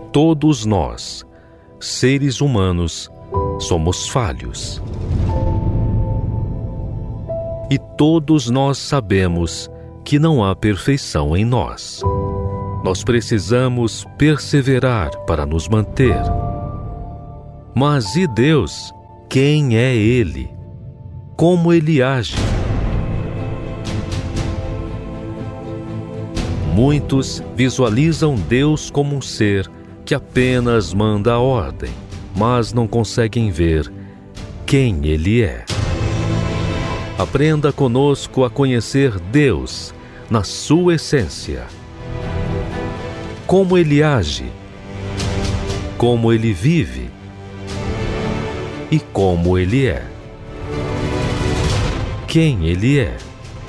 Todos nós, seres humanos, somos falhos. E todos nós sabemos que não há perfeição em nós. Nós precisamos perseverar para nos manter. Mas e Deus? Quem é Ele? Como Ele age? Muitos visualizam Deus como um ser que apenas manda a ordem, mas não conseguem ver quem Ele é. Aprenda conosco a conhecer Deus na sua essência. Como Ele age, como Ele vive e como Ele é. Quem Ele é.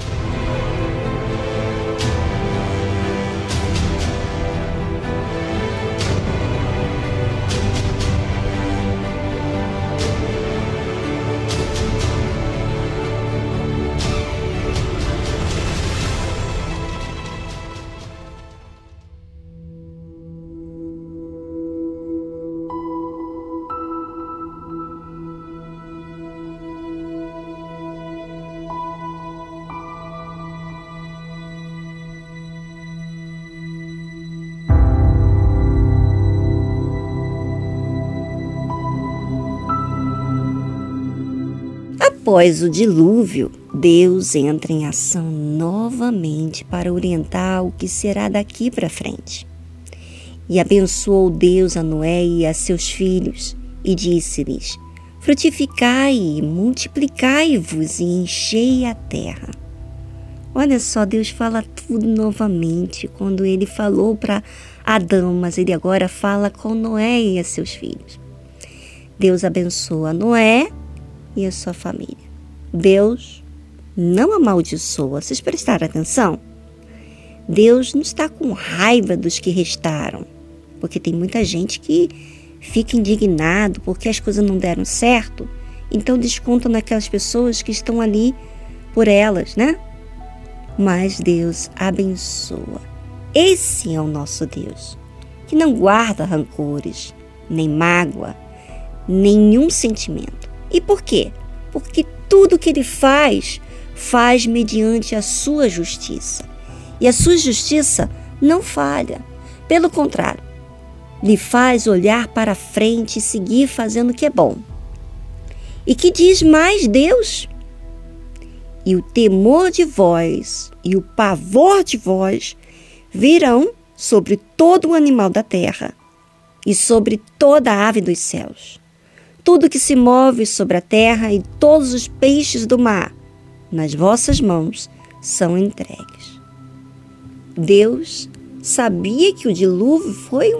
Após o dilúvio, Deus entra em ação novamente para orientar o que será daqui para frente. E abençoou Deus a Noé e a seus filhos, e disse-lhes: frutificai e multiplicai-vos e enchei a terra. Olha só, Deus fala tudo novamente quando Ele falou para Adão, mas Ele agora fala com Noé e a seus filhos. Deus abençoa Noé e a sua família. Deus não amaldiçoa. Vocês prestaram atenção? Deus não está com raiva dos que restaram, porque tem muita gente que fica indignado porque as coisas não deram certo, então descontam naquelas pessoas que estão ali por elas, né? Mas Deus abençoa. Esse é o nosso Deus, que não guarda rancores, nem mágoa, nenhum sentimento. E por quê? Porque tudo que Ele faz mediante a sua justiça. E a sua justiça não falha. Pelo contrário, lhe faz olhar para frente e seguir fazendo o que é bom. E que diz mais Deus? E o temor de vós e o pavor de vós virão sobre todo o animal da terra e sobre toda a ave dos céus. Tudo que se move sobre a terra e todos os peixes do mar, nas vossas mãos são entregues. Deus sabia que o dilúvio foi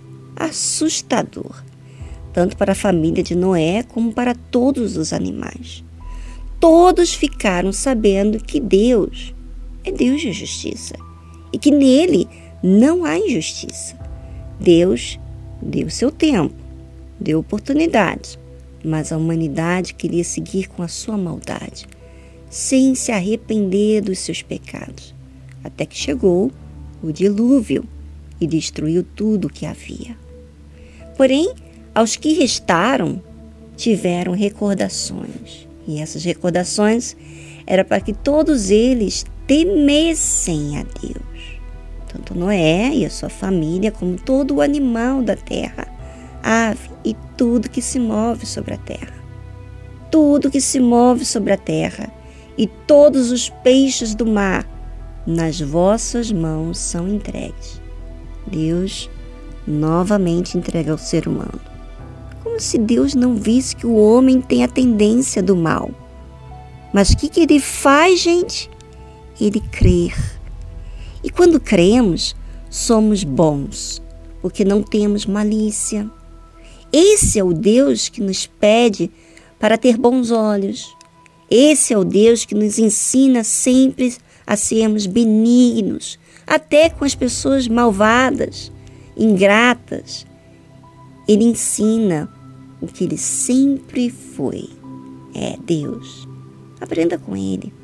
assustador, tanto para a família de Noé como para todos os animais. Todos ficaram sabendo que Deus é Deus de justiça e que nele não há injustiça. Deus deu seu tempo, deu oportunidade, mas a humanidade queria seguir com a sua maldade, sem se arrepender dos seus pecados, até que chegou o dilúvio e destruiu tudo o que havia. Porém, aos que restaram, tiveram recordações, e essas recordações eram para que todos eles temessem a Deus, tanto Noé e a sua família, como todo o animal da terra, ave e tudo que se move sobre a terra. Tudo que se move sobre a terra e todos os peixes do mar, nas vossas mãos são entregues. Deus novamente entrega ao ser humano. Como se Deus não visse que o homem tem a tendência do mal. Mas o que Ele faz, gente? Ele crer. E quando cremos, somos bons, porque não temos malícia. Esse é o Deus que nos pede para ter bons olhos. Esse é o Deus que nos ensina sempre a sermos benignos, até com as pessoas malvadas, ingratas. Ele ensina o que Ele sempre foi. É Deus. Aprenda com Ele.